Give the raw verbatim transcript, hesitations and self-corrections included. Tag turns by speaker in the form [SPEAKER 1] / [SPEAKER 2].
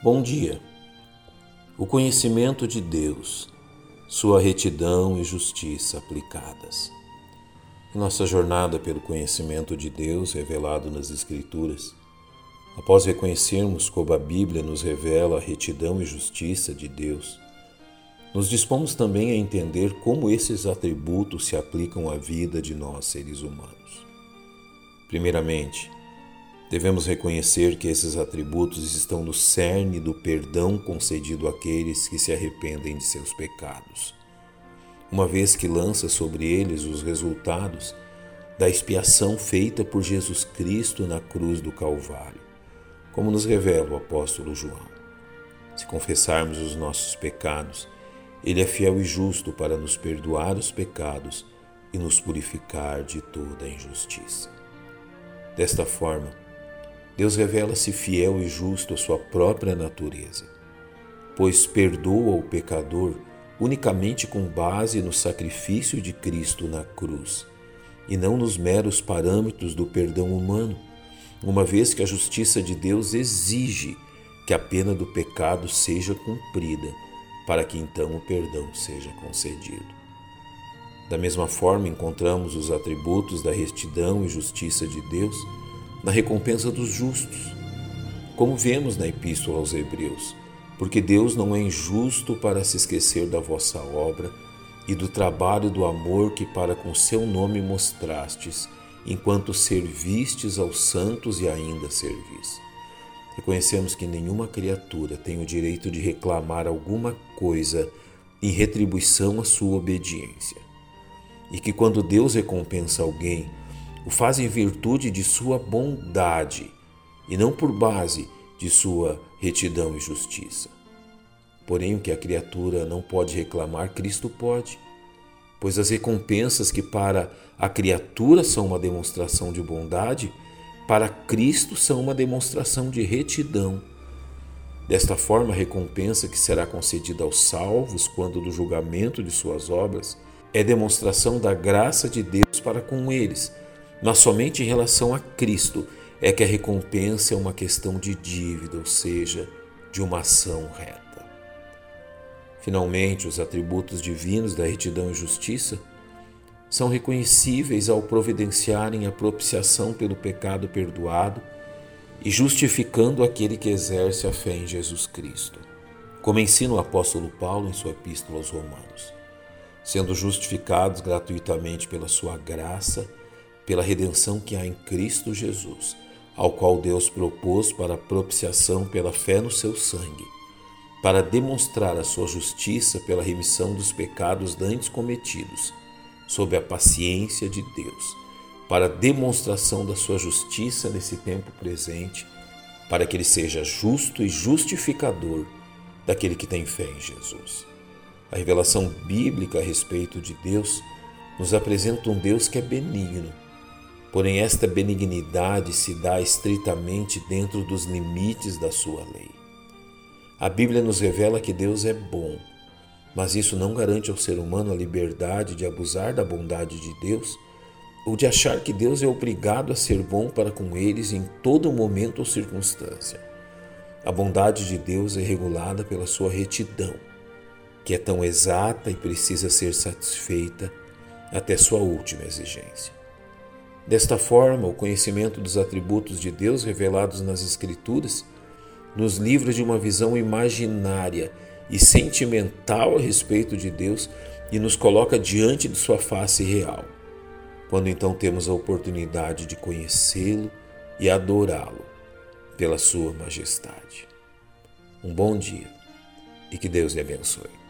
[SPEAKER 1] Bom dia. O conhecimento de Deus, sua retidão e justiça aplicadas. Em nossa jornada pelo conhecimento de Deus revelado nas Escrituras, após reconhecermos como a Bíblia nos revela a retidão e justiça de Deus, nos dispomos também a entender como esses atributos se aplicam à vida de nós, seres humanos. Primeiramente, devemos reconhecer que esses atributos estão no cerne do perdão concedido àqueles que se arrependem de seus pecados, uma vez que lança sobre eles os resultados da expiação feita por Jesus Cristo na cruz do Calvário, como nos revela o apóstolo João. Se confessarmos os nossos pecados, Ele é fiel e justo para nos perdoar os pecados e nos purificar de toda a injustiça. Desta forma, Deus revela-se fiel e justo à sua própria natureza, pois perdoa o pecador unicamente com base no sacrifício de Cristo na cruz, e não nos meros parâmetros do perdão humano, uma vez que a justiça de Deus exige que a pena do pecado seja cumprida, para que então o perdão seja concedido. Da mesma forma, encontramos os atributos da retidão e justiça de Deus na recompensa dos justos, como vemos na Epístola aos Hebreus, porque Deus não é injusto para se esquecer da vossa obra e do trabalho do amor que para com seu nome mostrastes, enquanto servistes aos santos e ainda servis. Reconhecemos que nenhuma criatura tem o direito de reclamar alguma coisa em retribuição à sua obediência, e que quando Deus recompensa alguém, o faz em virtude de sua bondade e não por base de sua retidão e justiça. Porém, o que a criatura não pode reclamar, Cristo pode, pois as recompensas que para a criatura são uma demonstração de bondade, para Cristo são uma demonstração de retidão. Desta forma, a recompensa que será concedida aos salvos quando do julgamento de suas obras é demonstração da graça de Deus para com eles, mas somente em relação a Cristo é que a recompensa é uma questão de dívida, ou seja, de uma ação reta. Finalmente, os atributos divinos da retidão e justiça são reconhecíveis ao providenciarem a propiciação pelo pecado perdoado e justificando aquele que exerce a fé em Jesus Cristo, como ensina o apóstolo Paulo em sua Epístola aos Romanos, sendo justificados gratuitamente pela sua graça, pela redenção que há em Cristo Jesus, ao qual Deus propôs para a propiciação pela fé no seu sangue, para demonstrar a sua justiça pela remissão dos pecados dantes cometidos, sob a paciência de Deus, para a demonstração da sua justiça nesse tempo presente, para que ele seja justo e justificador daquele que tem fé em Jesus. A revelação bíblica a respeito de Deus nos apresenta um Deus que é benigno, porém esta benignidade se dá estritamente dentro dos limites da sua lei. A Bíblia nos revela que Deus é bom, mas isso não garante ao ser humano a liberdade de abusar da bondade de Deus ou de achar que Deus é obrigado a ser bom para com eles em todo momento ou circunstância. A bondade de Deus é regulada pela sua retidão, que é tão exata e precisa ser satisfeita até sua última exigência. Desta forma, o conhecimento dos atributos de Deus revelados nas Escrituras nos livra de uma visão imaginária e sentimental a respeito de Deus e nos coloca diante de sua face real, quando então temos a oportunidade de conhecê-lo e adorá-lo pela sua majestade. Um bom dia e que Deus lhe abençoe.